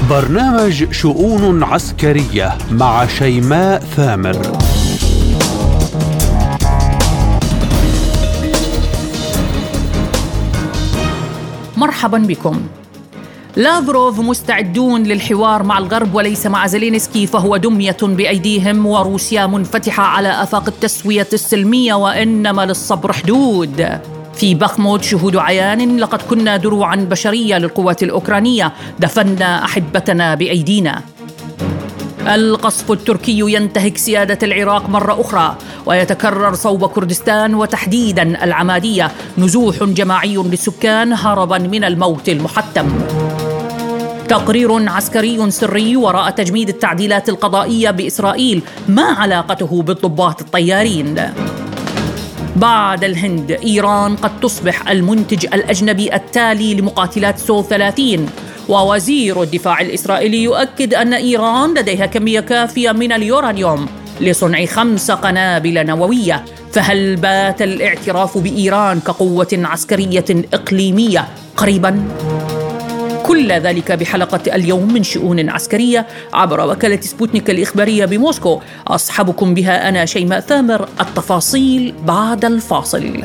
برنامج شؤون عسكرية مع شيماء ثامر. مرحبا بكم. لافروف مستعدون للحوار مع الغرب وليس مع زيلينسكي، فهو دمية بأيديهم وروسيا منفتحة على آفاق التسوية السلمية، وإنما للصبر حدود. في بخموت شهود عيان: لقد كنا دروعا بشرية للقوات الأوكرانية، دفنا أحبتنا بأيدينا. القصف التركي ينتهك سيادة العراق مرة أخرى، ويتكرر صوب كردستان وتحديدا العمادية، نزوح جماعي للسكان هربا من الموت المحتم. تقرير عسكري سري وراء تجميد التعديلات القضائية بإسرائيل، ما علاقته بالضباط الطيارين؟ بعد الهند، إيران قد تصبح المنتج الأجنبي التالي لمقاتلات سو 30، ووزير الدفاع الإسرائيلي يؤكد أن إيران لديها كمية كافية من اليورانيوم لصنع 5 قنابل نووية. فهل بات الاعتراف بإيران كقوة عسكرية إقليمية قريباً؟ كل ذلك بحلقة اليوم من شؤون عسكرية عبر وكالة سبوتنيك الإخبارية بموسكو. أصحبكم بها أنا شيماء ثامر. التفاصيل بعد الفاصل.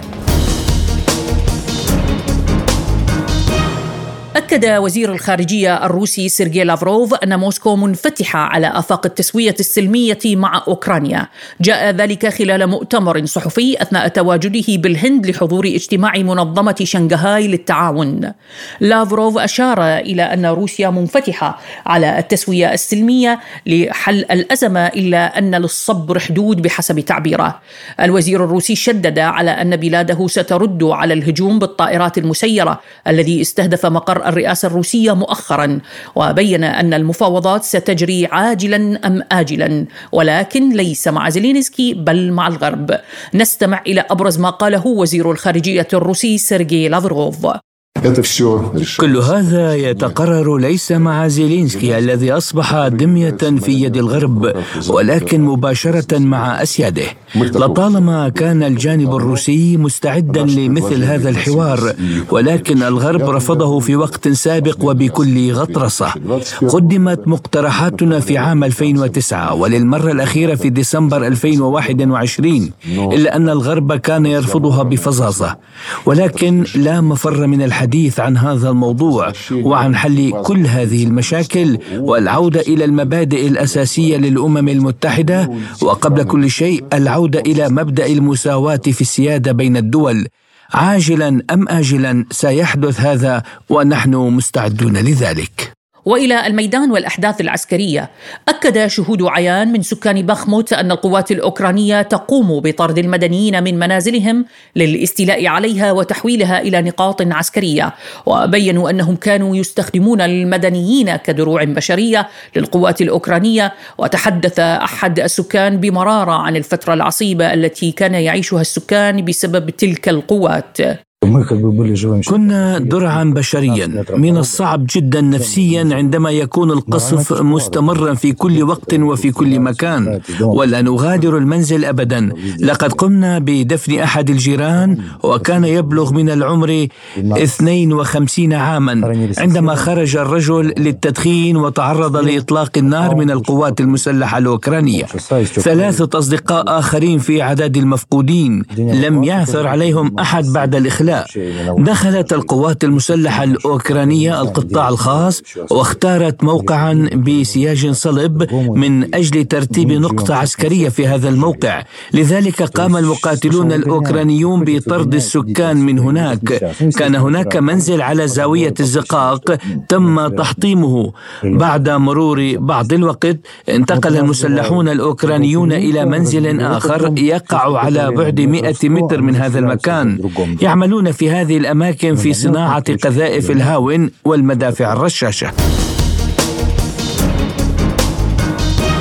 أكد وزير الخارجية الروسي سيرجي لافروف أن موسكو منفتحة على آفاق التسوية السلمية مع أوكرانيا. جاء ذلك خلال مؤتمر صحفي أثناء تواجده بالهند لحضور اجتماع منظمة شنغهاي للتعاون. لافروف أشار إلى أن روسيا منفتحة على التسوية السلمية لحل الأزمة، إلا أن للصبر حدود بحسب تعبيره. الوزير الروسي شدد على أن بلاده سترد على الهجوم بالطائرات المسيرة الذي استهدف مقر الرئاسة الروسية مؤخرا، وبين أن المفاوضات ستجري عاجلا أم آجلا، ولكن ليس مع زيلينسكي بل مع الغرب. نستمع إلى أبرز ما قاله وزير الخارجية الروسي سيرجي لافروف. كل هذا يتقرر ليس مع زيلينسكي الذي أصبح دمية في يد الغرب، ولكن مباشرة مع أسياده. لطالما كان الجانب الروسي مستعدا لمثل هذا الحوار، ولكن الغرب رفضه في وقت سابق وبكل غطرسة. قدمت مقترحاتنا في عام 2009 وللمرة الأخيرة في ديسمبر 2021، إلا أن الغرب كان يرفضها بفظاظة، ولكن لا مفر من الحديث عن هذا الموضوع وعن حل كل هذه المشاكل والعودة إلى المبادئ الأساسية للأمم المتحدة، وقبل كل شيء العودة إلى مبدأ المساواة في السيادة بين الدول. عاجلا أم آجلا سيحدث هذا، ونحن مستعدون لذلك. وإلى الميدان والأحداث العسكرية. أكد شهود عيان من سكان بخموت أن القوات الأوكرانية تقوم بطرد المدنيين من منازلهم للاستيلاء عليها وتحويلها إلى نقاط عسكرية، وبينوا أنهم كانوا يستخدمون المدنيين كدروع بشرية للقوات الأوكرانية. وتحدث أحد السكان بمرارة عن الفترة العصيبة التي كان يعيشها السكان بسبب تلك القوات. كنا درعا بشريا. من الصعب جدا نفسيا عندما يكون القصف مستمرا في كل وقت وفي كل مكان، ولا نغادر المنزل أبدا. لقد قمنا بدفن أحد الجيران، وكان يبلغ من العمر 52 عاما عندما خرج الرجل للتدخين وتعرض لإطلاق النار من القوات المسلحة الأوكرانية. 3 أصدقاء آخرين في عدد المفقودين لم يعثر عليهم أحد بعد الإخلاء. دخلت القوات المسلحة الأوكرانية القطاع الخاص واختارت موقعا بسياج صلب من أجل ترتيب نقطة عسكرية في هذا الموقع. لذلك قام المقاتلون الأوكرانيون بطرد السكان من هناك. كان هناك منزل على زاوية الزقاق تم تحطيمه. بعد مرور بعض الوقت انتقل المسلحون الأوكرانيون إلى منزل آخر يقع على بعد 100 متر من هذا المكان. يعملون في هذه الأماكن في صناعة قذائف الهاون والمدافع الرشاشة.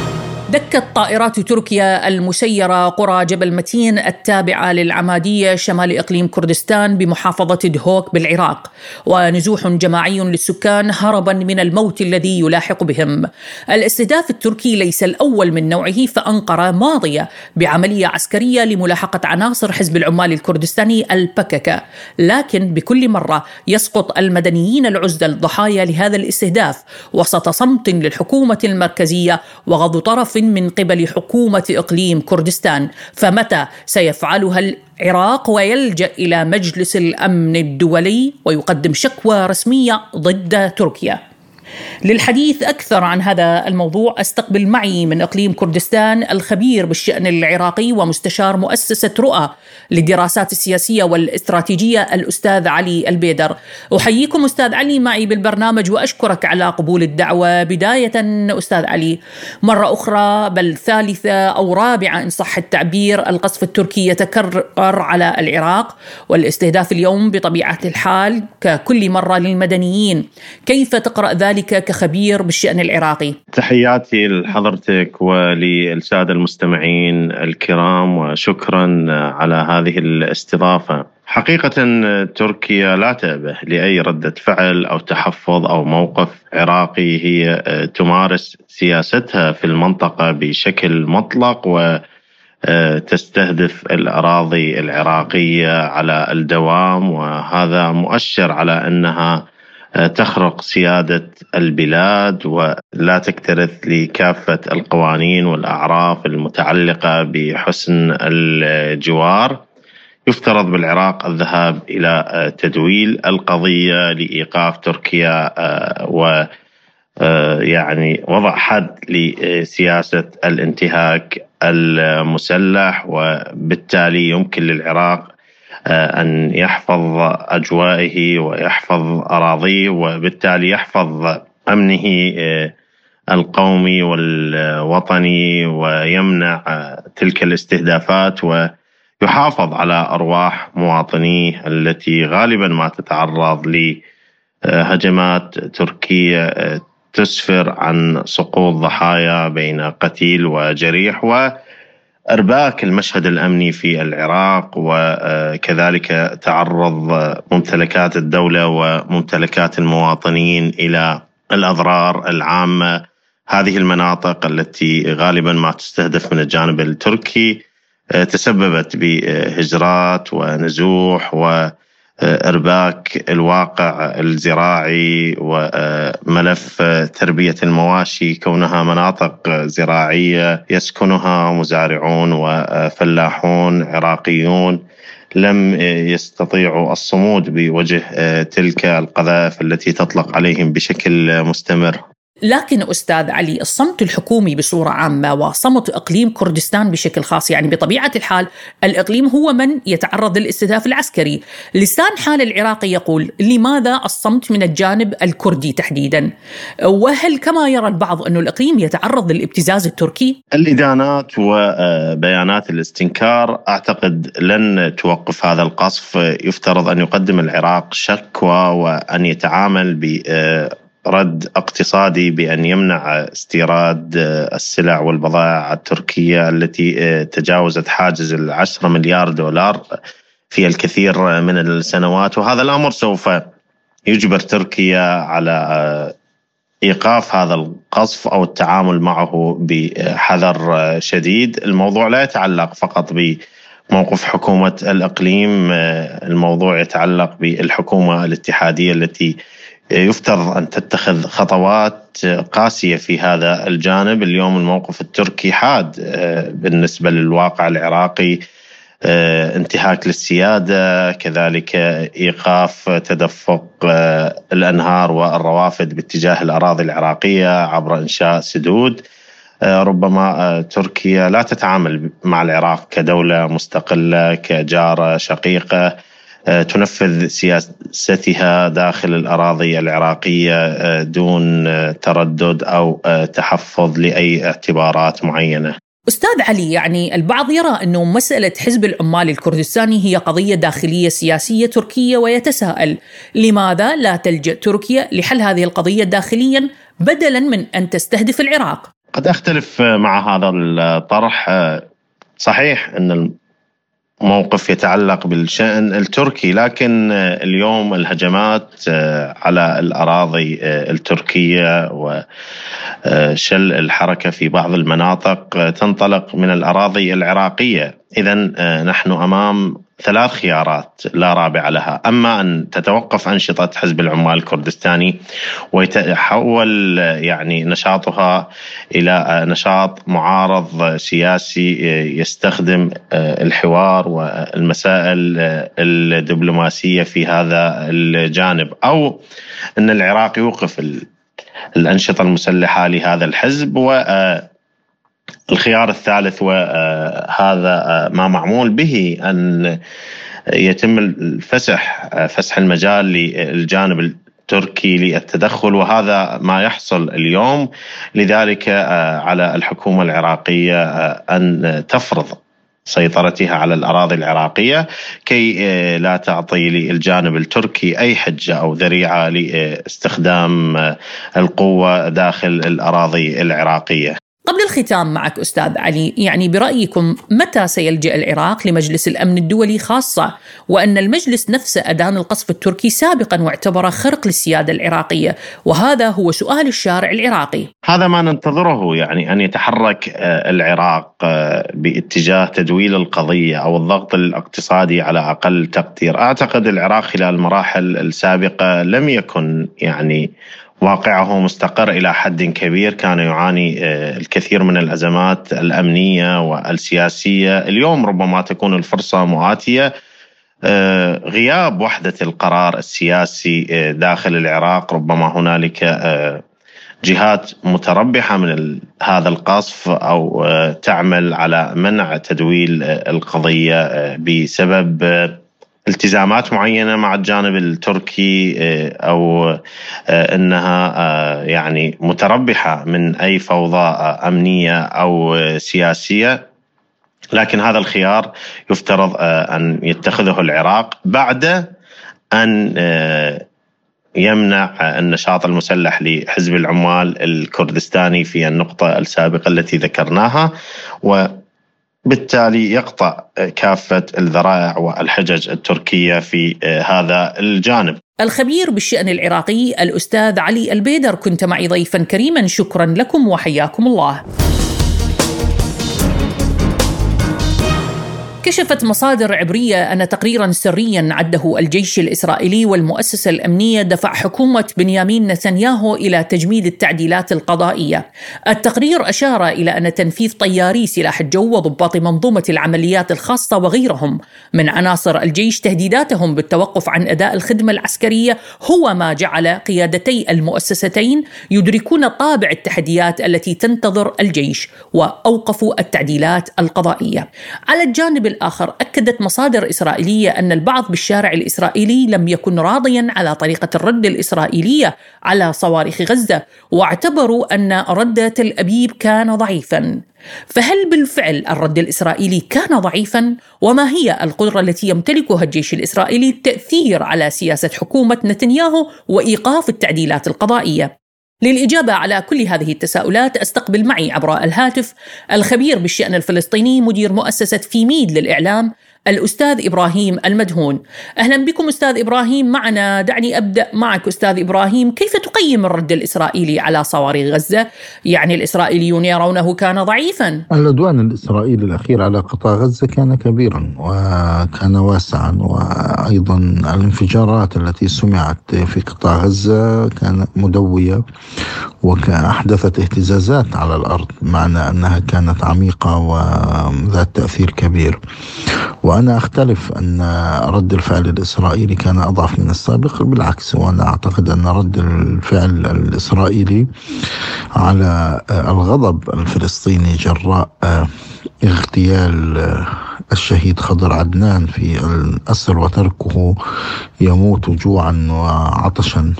دكت طائرات تركيا المسيرة قرى جبل متين التابعة للعمادية شمال إقليم كردستان بمحافظة دهوك بالعراق، ونزوح جماعي للسكان هربا من الموت الذي يلاحق بهم. الاستهداف التركي ليس الأول من نوعه، فأنقرة ماضية بعملية عسكرية لملاحقة عناصر حزب العمال الكردستاني البكك، لكن بكل مرة يسقط المدنيين العزل ضحايا لهذا الاستهداف وسط صمت للحكومة المركزية وغض طرف من قبل حكومة إقليم كردستان. فمتى سيفعلها العراق ويلجأ إلى مجلس الأمن الدولي ويقدم شكوى رسمية ضد تركيا؟ للحديث أكثر عن هذا الموضوع أستقبل معي من إقليم كردستان الخبير بالشأن العراقي ومستشار مؤسسة رؤى للدراسات السياسية والاستراتيجية الأستاذ علي البيدر. أحييكم أستاذ علي معي بالبرنامج وأشكرك على قبول الدعوة. بداية أستاذ علي، مرة أخرى بل ثالثة أو رابعة إن صح التعبير، القصف التركي يتكرر على العراق والاستهداف اليوم بطبيعة الحال ككل مرة للمدنيين. كيف تقرأ ذلك كخبير بالشأن العراقي؟ تحياتي لحضرتك وللسادة المستمعين الكرام، وشكرا على هذه الاستضافة. حقيقة تركيا لا تأبه لأي ردة فعل أو تحفظ أو موقف عراقي. هي تمارس سياستها في المنطقة بشكل مطلق وتستهدف الأراضي العراقية على الدوام، وهذا مؤشر على أنها تخرق سيادة البلاد ولا تكترث لكافة القوانين والأعراف المتعلقة بحسن الجوار. يفترض بالعراق الذهاب إلى تدويل القضية لإيقاف تركيا ويعني وضع حد لسياسة الانتهاك المسلح، وبالتالي يمكن للعراق أن يحفظ أجوائه ويحفظ أراضيه، وبالتالي يحفظ أمنه القومي والوطني ويمنع تلك الاستهدافات ويحافظ على أرواح مواطنيه التي غالبا ما تتعرض لهجمات تركية تسفر عن سقوط ضحايا بين قتيل وجريح وأرباك المشهد الأمني في العراق، وكذلك تعرض ممتلكات الدولة وممتلكات المواطنين إلى الأضرار العامة. هذه المناطق التي غالبا ما تستهدف من الجانب التركي تسببت بهجرات ونزوح وإرباك الواقع الزراعي وملف تربية المواشي، كونها مناطق زراعية يسكنها مزارعون وفلاحون عراقيون لم يستطيعوا الصمود بوجه تلك القذائف التي تطلق عليهم بشكل مستمر. لكن أستاذ علي، الصمت الحكومي بصورة عامة وصمت إقليم كردستان بشكل خاص، يعني بطبيعة الحال الإقليم هو من يتعرض للاستهداف العسكري. لسان حال العراقي يقول لماذا الصمت من الجانب الكردي تحديدا؟ وهل كما يرى البعض أن الإقليم يتعرض للابتزاز التركي؟ الإدانات وبيانات الاستنكار أعتقد لن توقف هذا القصف. يفترض أن يقدم العراق شكوى وأن يتعامل رد اقتصادي بأن يمنع استيراد السلع والبضائع التركية التي تجاوزت حاجز 10 مليار دولار في الكثير من السنوات، وهذا الأمر سوف يجبر تركيا على إيقاف هذا القصف أو التعامل معه بحذر شديد. الموضوع لا يتعلق فقط بموقف حكومة الإقليم، الموضوع يتعلق بالحكومة الاتحادية التي يفترض أن تتخذ خطوات قاسية في هذا الجانب. اليوم الموقف التركي حاد بالنسبة للواقع العراقي، انتهاك للسيادة، كذلك إيقاف تدفق الأنهار والروافد باتجاه الأراضي العراقية عبر إنشاء سدود. ربما تركيا لا تتعامل مع العراق كدولة مستقلة كجارة شقيقة تنفذ سياستها داخل الأراضي العراقية دون تردد أو تحفظ لأي اعتبارات معينة. أستاذ علي، يعني البعض يرى أنه مسألة حزب العمال الكردستاني هي قضية داخلية سياسية تركية، ويتساءل لماذا لا تلجأ تركيا لحل هذه القضية داخليا بدلا من أن تستهدف العراق؟ قد أختلف مع هذا الطرح. صحيح أن الموقف يتعلق بالشأن التركي، لكن اليوم الهجمات على الأراضي التركية وشل الحركة في بعض المناطق تنطلق من الأراضي العراقية. إذن نحن أمام 3 خيارات لا رابع لها: أما أن تتوقف أنشطة حزب العمال الكردستاني ويتحول يعني نشاطها إلى نشاط معارض سياسي يستخدم الحوار والمسائل الدبلوماسية في هذا الجانب، أو أن العراق يوقف الأنشطة المسلحة لهذا الحزب. الخيار الثالث وهذا ما معمول به أن يتم فسح المجال للجانب التركي للتدخل، وهذا ما يحصل اليوم. لذلك على الحكومة العراقية أن تفرض سيطرتها على الأراضي العراقية كي لا تعطي للجانب التركي أي حجة أو ذريعة لاستخدام القوة داخل الأراضي العراقية. قبل الختام معك أستاذ علي، يعني برأيكم متى سيلجأ العراق لمجلس الأمن الدولي خاصة، وأن المجلس نفسه أدان القصف التركي سابقا واعتبره خرق للسيادة العراقية، وهذا هو سؤال الشارع العراقي. هذا ما ننتظره، يعني أن يتحرك العراق باتجاه تدويل القضية أو الضغط الاقتصادي على أقل تقدير. أعتقد العراق خلال المراحل السابقة لم يكن يعني واقعه مستقر إلى حد كبير، كان يعاني الكثير من الأزمات الأمنية والسياسية. اليوم ربما تكون الفرصة مؤاتية. غياب وحدة القرار السياسي داخل العراق، ربما هنالك جهات متربحة من هذا القصف أو تعمل على منع تدويل القضية بسبب التزامات معينة مع الجانب التركي، أو أنها يعني متربحة من أي فوضى أمنية أو سياسية. لكن هذا الخيار يفترض أن يتخذه العراق بعد أن يمنع النشاط المسلح لحزب العمال الكردستاني في النقطة السابقة التي ذكرناها، بالتالي يقطع كافة الذرائع والحجج التركية في هذا الجانب. الخبير بالشأن العراقي الأستاذ علي البيدر كنت معي ضيفا كريما، شكرا لكم وحياكم الله. كشفت مصادر عبرية أن تقريراً سرياً عده الجيش الإسرائيلي والمؤسسة الأمنية دفع حكومة بنيامين نتنياهو إلى تجميد التعديلات القضائية. التقرير أشار إلى أن تنفيذ طياري سلاح الجو وضباط منظومة العمليات الخاصة وغيرهم من عناصر الجيش تهديداتهم بالتوقف عن أداء الخدمة العسكرية هو ما جعل قيادتي المؤسستين يدركون طابع التحديات التي تنتظر الجيش وأوقفوا التعديلات القضائية. على الجانب الآخر، أكدت مصادر إسرائيلية أن البعض بالشارع الإسرائيلي لم يكن راضيا على طريقة الرد الإسرائيلية على صواريخ غزة، واعتبروا أن رد تل أبيب كان ضعيفا. فهل بالفعل الرد الإسرائيلي كان ضعيفا؟ وما هي القدرة التي يمتلكها الجيش الإسرائيلي للتأثير على سياسة حكومة نتنياهو وإيقاف التعديلات القضائية؟ للإجابة على كل هذه التساؤلات أستقبل معي عبر الهاتف الخبير بالشأن الفلسطيني مدير مؤسسة فيميد للإعلام الأستاذ إبراهيم المدهون. أهلا بكم أستاذ إبراهيم معنا. دعني أبدأ معك أستاذ إبراهيم، كيف تقيم الرد الإسرائيلي على صواريخ غزة؟ يعني الإسرائيليون يرونه كان ضعيفا. العدوان الإسرائيلي الأخير على قطاع غزة كان كبيرا وكان واسعا، وأيضا الانفجارات التي سمعت في قطاع غزة كانت مدوية وأحدثت اهتزازات على الأرض، معنى أنها كانت عميقة وذات تأثير كبير. وأنا أختلف أن رد الفعل الإسرائيلي كان أضعف من السابق، بالعكس، وأنا أعتقد أن رد الفعل الإسرائيلي على الغضب الفلسطيني جراء اغتيال الشهيد خضر عدنان في الأسر وتركه يموت جوعا وعطشا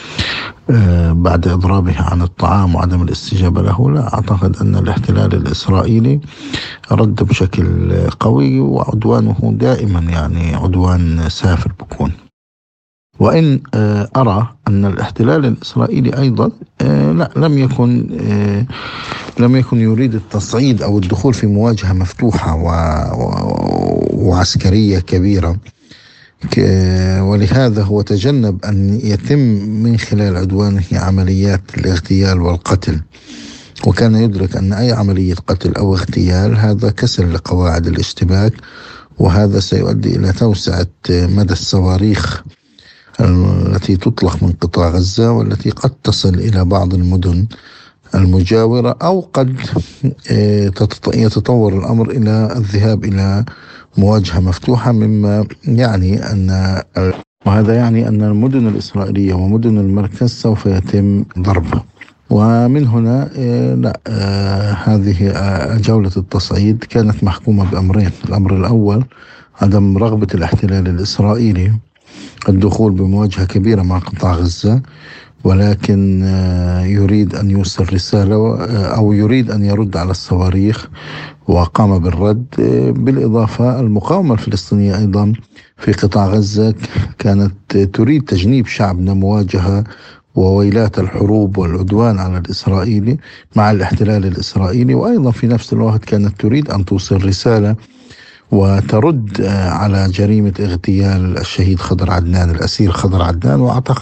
بعد إضرابه عن الطعام وعدم الاستجابة له، لا أعتقد أن الاحتلال الإسرائيلي رد بشكل قوي، وعدوانه دائما يعني عدوان سافر بكون. وإن أرى أن الاحتلال الإسرائيلي أيضا لا لم يكن يريد التصعيد أو الدخول في مواجهة مفتوحة وعسكرية كبيرة، ولهذا هو تجنب أن يتم من خلال عدوانه عمليات الاغتيال والقتل، وكان يدرك أن أي عملية قتل أو اغتيال هذا كسر لقواعد الاشتباك، وهذا سيؤدي إلى توسعة مدى الصواريخ التي تطلق من قطاع غزة، والتي قد تصل إلى بعض المدن المجاورة، أو قد يتطور الأمر إلى الذهاب إلى مواجهة مفتوحة، وهذا يعني أن المدن الإسرائيلية ومدن المركز سوف يتم ضربها. ومن هنا هذه جولة التصعيد كانت محكومة بأمرين: الأمر الأول عدم رغبة الاحتلال الإسرائيلي الدخول بمواجهة كبيرة مع قطاع غزة، ولكن يريد أن يوصل رسالة أو يريد أن يرد على الصواريخ، وقام بالرد. بالإضافة المقاومة الفلسطينية أيضا في قطاع غزة كانت تريد تجنيب شعبنا مواجهة وويلات الحروب والعدوان على الإسرائيلي مع الاحتلال الإسرائيلي، وأيضا في نفس الوقت كانت تريد أن توصل رسالة وترد على جريمة اغتيال الشهيد خضر عدنان، الأسير خضر عدنان،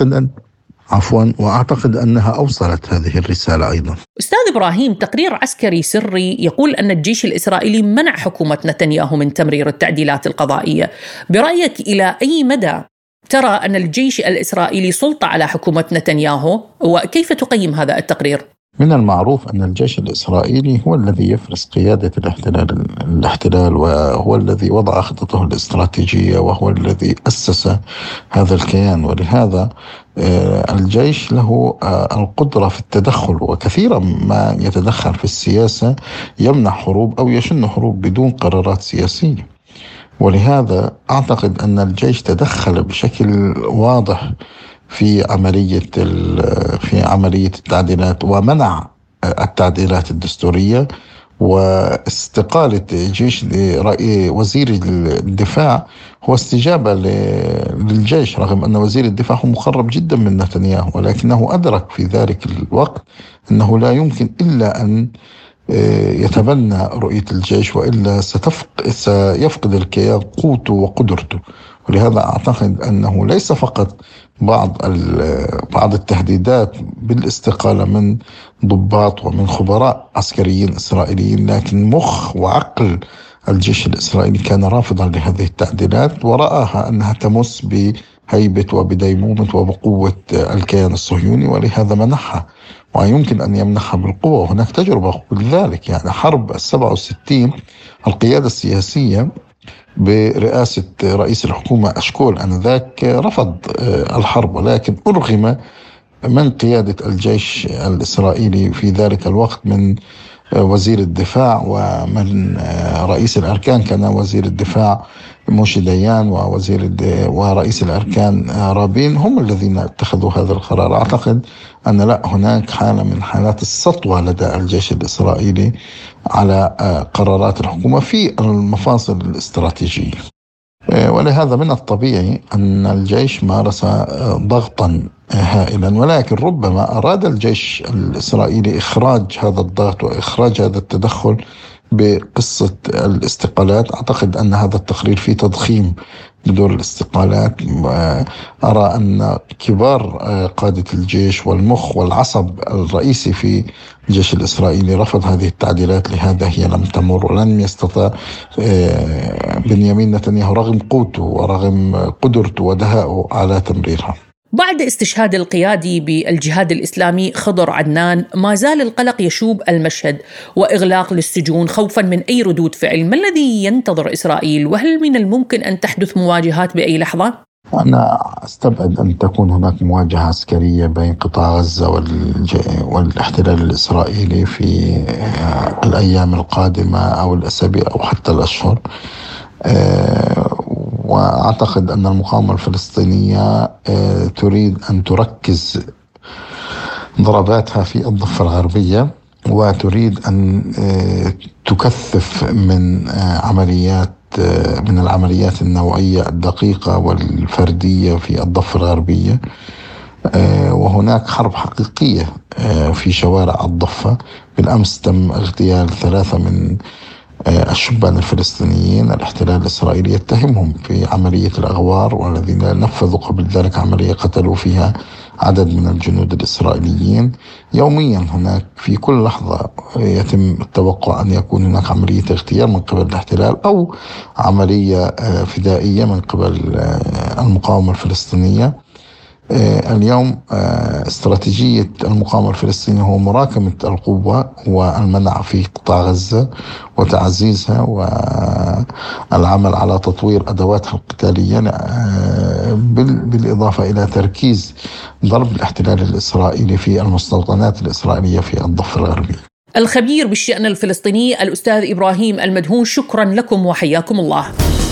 وأعتقد أنها أوصلت هذه الرسالة أيضا. أستاذ إبراهيم، تقرير عسكري سري يقول أن الجيش الإسرائيلي منع حكومة نتنياهو من تمرير التعديلات القضائية. برأيك إلى أي مدى ترى أن الجيش الإسرائيلي سلطة على حكومة نتنياهو، وكيف تقيم هذا التقرير؟ من المعروف أن الجيش الإسرائيلي هو الذي يفرض قيادة الاحتلال، وهو الذي وضع خطته الاستراتيجية، وهو الذي أسس هذا الكيان، ولهذا الجيش له القدرة في التدخل، وكثيرا ما يتدخل في السياسة، يمنع حروب أو يشن حروب بدون قرارات سياسية. ولهذا أعتقد أن الجيش تدخل بشكل واضح في عملية التعديلات، ومنع التعديلات الدستورية، واستقالة جيش وزير الدفاع هو استجابة للجيش، رغم أن وزير الدفاع هو مقرب جدا من نتنياهو، ولكنه أدرك في ذلك الوقت أنه لا يمكن إلا أن يتبنى رؤية الجيش، وإلا سيفقد الكيان قوته وقدرته. ولهذا أعتقد أنه ليس فقط بعض التهديدات بالاستقالة من ضباط ومن خبراء عسكريين إسرائيليين، لكن مخ وعقل الجيش الإسرائيلي كان رافضا لهذه التعديلات، ورآها أنها تمس بهيبة وبديمومة وبقوة الكيان الصهيوني، ولهذا منحها، ويمكن أن يمنحها بالقوة. هناك تجربة لذلك، يعني حرب 67 القيادة السياسية برئاسة رئيس الحكومة أشكول آنذاك رفض الحرب، ولكن أرغم من قيادة الجيش الإسرائيلي في ذلك الوقت من وزير الدفاع ومن رئيس الأركان. كان وزير الدفاع موشي ديان ورئيس الأركان رابين هم الذين اتخذوا هذا القرار. أعتقد أن هناك حالة من حالات السطوة لدى الجيش الإسرائيلي على قرارات الحكومة في المفاصل الاستراتيجية، ولهذا من الطبيعي أن الجيش مارس ضغطا هائلا، ولكن ربما أراد الجيش الإسرائيلي إخراج هذا الضغط وإخراج هذا التدخل بقصة الاستقالات. أعتقد أن هذا التقرير فيه تضخيم بدور الاستقالات. أرى أن كبار قادة الجيش والمخ والعصب الرئيسي في الجيش الإسرائيلي رفض هذه التعديلات، لهذا هي لم تمر، ولن يستطيع بنيامين نتنياهو رغم قوته ورغم قدرته ودهائه على تمريرها. بعد استشهاد القيادي بالجهاد الإسلامي خضر عدنان، ما زال القلق يشوب المشهد وإغلاق للسجون خوفا من أي ردود فعل. ما الذي ينتظر إسرائيل؟ وهل من الممكن أن تحدث مواجهات بأي لحظة؟ أنا أستبعد أن تكون هناك مواجهة عسكرية بين قطاع غزة والاحتلال الإسرائيلي في الأيام القادمة أو الأسابيع أو حتى الأشهر. وأعتقد أن المقاومة الفلسطينية تريد أن تركز ضرباتها في الضفة الغربية، وتريد أن تكثف من عمليات من العمليات النوعية الدقيقة والفردية في الضفة الغربية، وهناك حرب حقيقية في شوارع الضفة. بالأمس تم اغتيال 3 من الشبان الفلسطينيين. الاحتلال الإسرائيلي يتهمهم في عملية الأغوار، والذين نفذوا قبل ذلك عملية قتلوا فيها عدد من الجنود الإسرائيليين. يوميا هناك في كل لحظة يتم التوقع أن يكون هناك عملية اغتيال من قبل الاحتلال أو عملية فدائية من قبل المقاومة الفلسطينية. اليوم استراتيجية المقاومة الفلسطينية هو مراكمة القوة والمنع في قطاع غزة وتعزيزها، والعمل على تطوير أدواتها القتالية، بالإضافة إلى تركيز ضرب الاحتلال الإسرائيلي في المستوطنات الإسرائيلية في الضفة الغربية. الخبير بالشأن الفلسطيني الأستاذ إبراهيم المدهون، شكرا لكم وحياكم الله.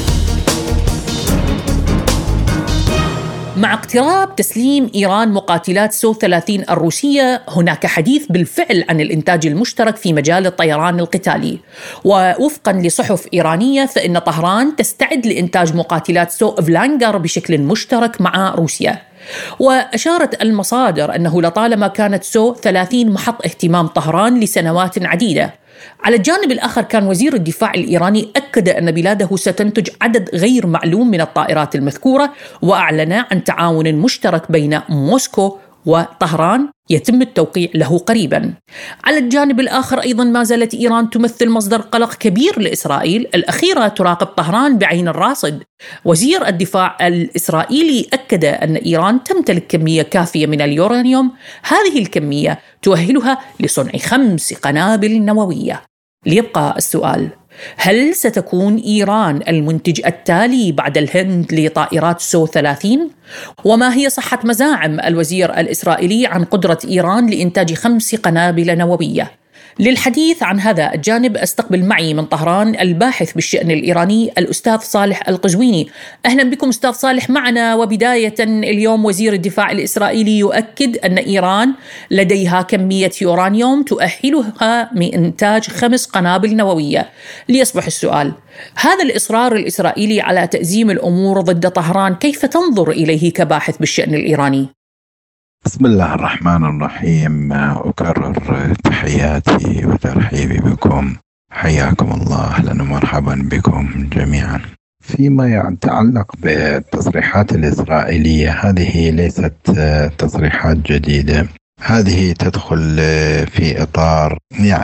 مع اقتراب تسليم إيران مقاتلات سو 30 الروسية، هناك حديث بالفعل عن الإنتاج المشترك في مجال الطيران القتالي. ووفقا لصحف إيرانية فإن طهران تستعد لإنتاج مقاتلات سو فلانجر بشكل مشترك مع روسيا. وأشارت المصادر أنه لطالما كانت سو 30 محط اهتمام طهران لسنوات عديدة. على الجانب الآخر كان وزير الدفاع الإيراني أكد أن بلاده ستنتج عدد غير معلوم من الطائرات المذكورة، وأعلن عن تعاون مشترك بين موسكو وطهران يتم التوقيع له قريبا. على الجانب الآخر أيضا ما زالت إيران تمثل مصدر قلق كبير لإسرائيل. الأخيرة تراقب طهران بعين الراصد. وزير الدفاع الإسرائيلي أكد أن إيران تمتلك كمية كافية من اليورانيوم. هذه الكمية تؤهلها لصنع 5 قنابل نووية. ليبقى السؤال: هل ستكون إيران المنتج التالي بعد الهند لطائرات سو 30؟ وما هي صحة مزاعم الوزير الإسرائيلي عن قدرة إيران لإنتاج 5 قنابل نووية؟ للحديث عن هذا الجانب استقبل معي من طهران الباحث بالشأن الإيراني الأستاذ صالح القزويني. أهلا بكم أستاذ صالح معنا. وبداية، اليوم وزير الدفاع الإسرائيلي يؤكد أن إيران لديها كمية يورانيوم تؤهلها من إنتاج 5 قنابل نووية. ليصبح السؤال: هذا الإصرار الإسرائيلي على تأزيم الأمور ضد طهران كيف تنظر إليه كباحث بالشأن الإيراني؟ بسم الله الرحمن الرحيم. أكرر تحياتي وترحيبي بكم، حياكم الله، أهلا ومرحبا بكم جميعا. فيما يتعلق بالتصريحات الإسرائيلية، هذه ليست تصريحات جديدة، هذه تدخل في إطار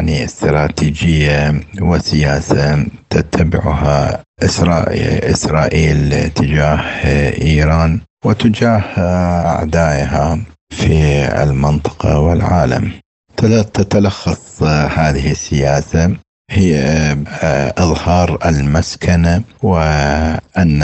استراتيجية وسياسة تتبعها إسرائيل تجاه إيران وتجاه أعدائها في المنطقة والعالم. تتلخص هذه السياسة هي إظهار المسكنة، وأن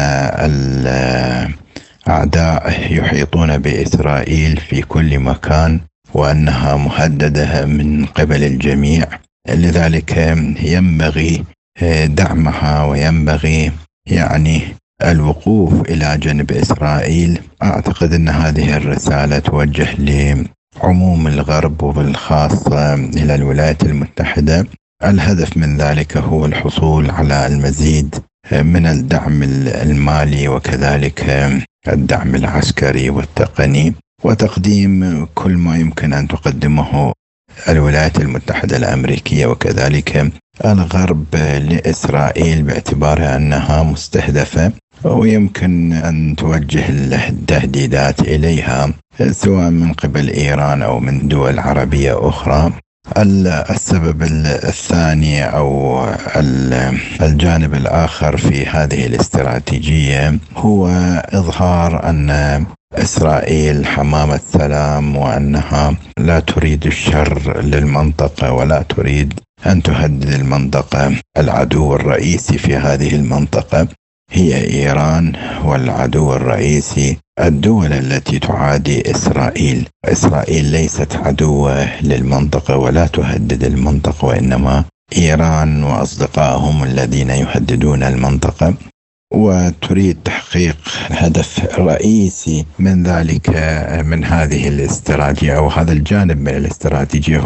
الأعداء يحيطون بإسرائيل في كل مكان، وأنها مهددة من قبل الجميع. لذلك ينبغي دعمها، وينبغي الوقوف إلى جانب إسرائيل. أعتقد أن هذه الرسالة توجه لعموم الغرب وبالخاصة إلى الولايات المتحدة. الهدف من ذلك هو الحصول على المزيد من الدعم المالي، وكذلك الدعم العسكري والتقني، وتقديم كل ما يمكن أن تقدمه الولايات المتحدة الأمريكية وكذلك الغرب لإسرائيل، باعتبارها أنها مستهدفة ويمكن أن توجه التهديدات إليها سواء من قبل إيران أو من دول عربية أخرى. السبب الثاني أو الجانب الآخر في هذه الاستراتيجية هو إظهار أن إسرائيل حمامة سلام، وأنها لا تريد الشر للمنطقة ولا تريد أن تهدد المنطقة. العدو الرئيسي في هذه المنطقة هي إيران، والعدو الرئيسي الدول التي تعادي إسرائيل. إسرائيل ليست عدوة للمنطقة ولا تهدد المنطقة، وإنما إيران وأصدقائهم الذين يهددون المنطقة، وتريد تحقيق هدف رئيسي من ذلك، من هذه الاستراتيجية أو هذا الجانب من الاستراتيجية، هو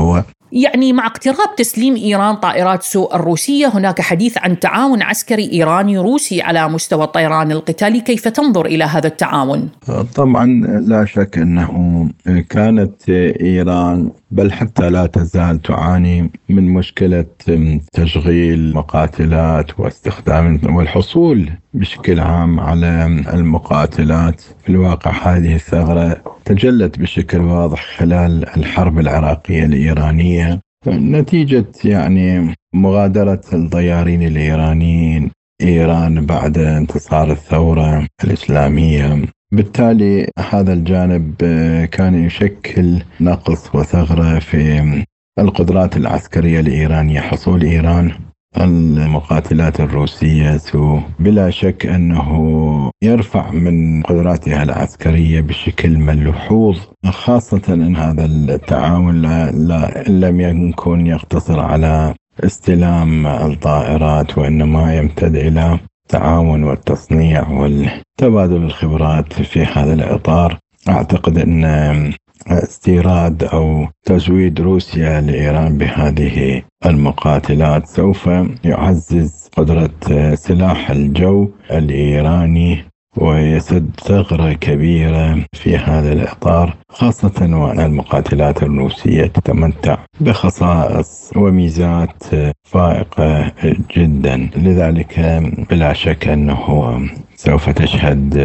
يعني مع اقتراب تسليم إيران طائرات سو الروسية هناك حديث عن تعاون عسكري إيراني روسي على مستوى الطيران القتالي، كيف تنظر إلى هذا التعاون؟ طبعا لا شك أنه كانت إيران بل حتى لا تزال تعاني من مشكلة تشغيل مقاتلات واستخدام والحصول بشكل عام على المقاتلات. في الواقع هذه الثغرة تجلت بشكل واضح خلال الحرب العراقية الإيرانية نتيجة يعني مغادرة الطيارين الإيرانيين إيران بعد انتصار الثورة الإسلامية. بالتالي هذا الجانب كان يشكل نقص وثغرة في القدرات العسكرية الإيرانية. حصول إيران المقاتلات الروسية بلا شك أنه يرفع من قدراتها العسكرية بشكل ملحوظ، خاصة أن هذا التعاون لم يكن يقتصر على استلام الطائرات، وإنما يمتد إلى التعاون والتصنيع والتبادل الخبرات. في هذا الإطار أعتقد أن استيراد أو تزويد روسيا لإيران بهذه المقاتلات سوف يعزز قدرة سلاح الجو الإيراني ويسد ثغرة كبيرة في هذا الإطار، خاصة وأن المقاتلات الروسية تتمتع بخصائص وميزات فائقة جدا. لذلك بلا شك أنه سوف تشهد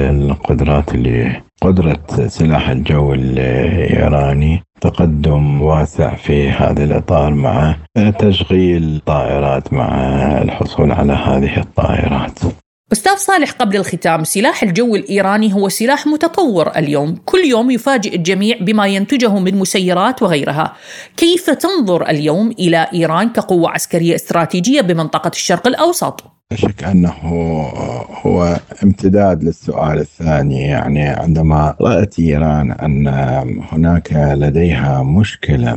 قدرة سلاح الجو الإيراني تقدم واسع في هذا الإطار مع تشغيل طائرات، مع الحصول على هذه الطائرات. أستاذ صالح، قبل الختام، سلاح الجو الإيراني هو سلاح متطور اليوم، كل يوم يفاجئ الجميع بما ينتجه من مسيرات وغيرها. كيف تنظر اليوم إلى إيران كقوة عسكرية استراتيجية بمنطقة الشرق الأوسط؟ لا شك أنه هو امتداد للسؤال الثاني. يعني عندما رأت إيران أن هناك لديها مشكلة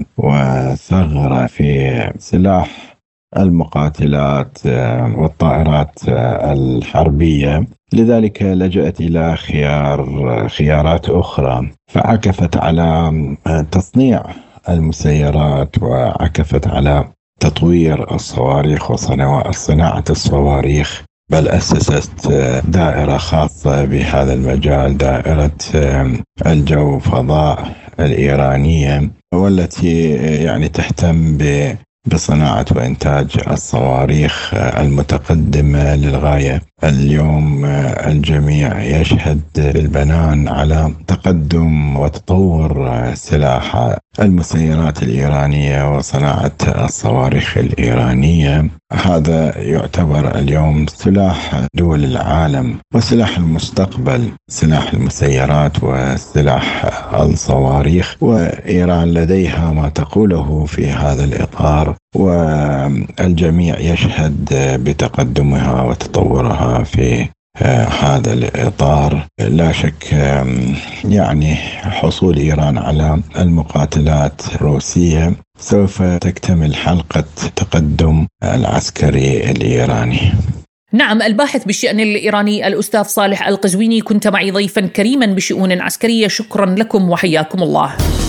وثغرة في سلاح المقاتلات والطائرات الحربية، لذلك لجأت إلى خيارات أخرى، فعكفت على تصنيع المسيرات وعكفت على تطوير الصواريخ وصناعة الصواريخ، بل أسست دائرة خاصة بهذا المجال، دائرة الجو فضاء الإيرانية، والتي يعني تهتم بصناعة وإنتاج الصواريخ المتقدمة للغاية. اليوم الجميع يشهد بالبنان على تقدم وتطور سلاح المسيرات الإيرانية وصناعة الصواريخ الإيرانية. هذا يعتبر اليوم سلاح دول العالم وسلاح المستقبل، سلاح المسيرات وسلاح الصواريخ، وإيران لديها ما تقوله في هذا الإطار، والجميع يشهد بتقدمها وتطورها في هذا الإطار. لا شك يعني حصول إيران على المقاتلات الروسية سوف تكتمل حلقة تقدم العسكري الإيراني. نعم، الباحث بالشأن الإيراني الأستاذ صالح القزويني، كنت معي ضيفا كريما بشؤون عسكرية، شكرا لكم وحياكم الله.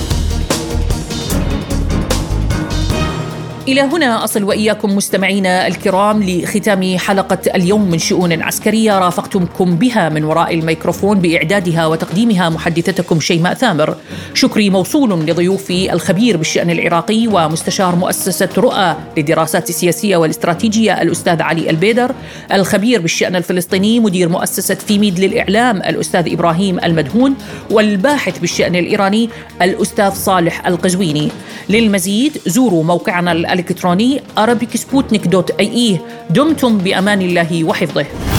إلى هنا أصل وإياكم مستمعينا الكرام لختام حلقة اليوم من شؤون عسكرية، رافقتكم بها من وراء الميكروفون بإعدادها وتقديمها محدثتكم شيماء ثامر. شكري موصول لضيوفي الخبير بالشأن العراقي ومستشار مؤسسة رؤى للدراسات السياسية والاستراتيجية الأستاذ علي البيدر، الخبير بالشأن الفلسطيني مدير مؤسسة فيميد للإعلام الأستاذ إبراهيم المدهون، والباحث بالشأن الإيراني الأستاذ صالح القزويني. للمزيد زوروا موقعنا الإلكتروني arabicsputnik.ae. دمتم بأمان الله وحفظه.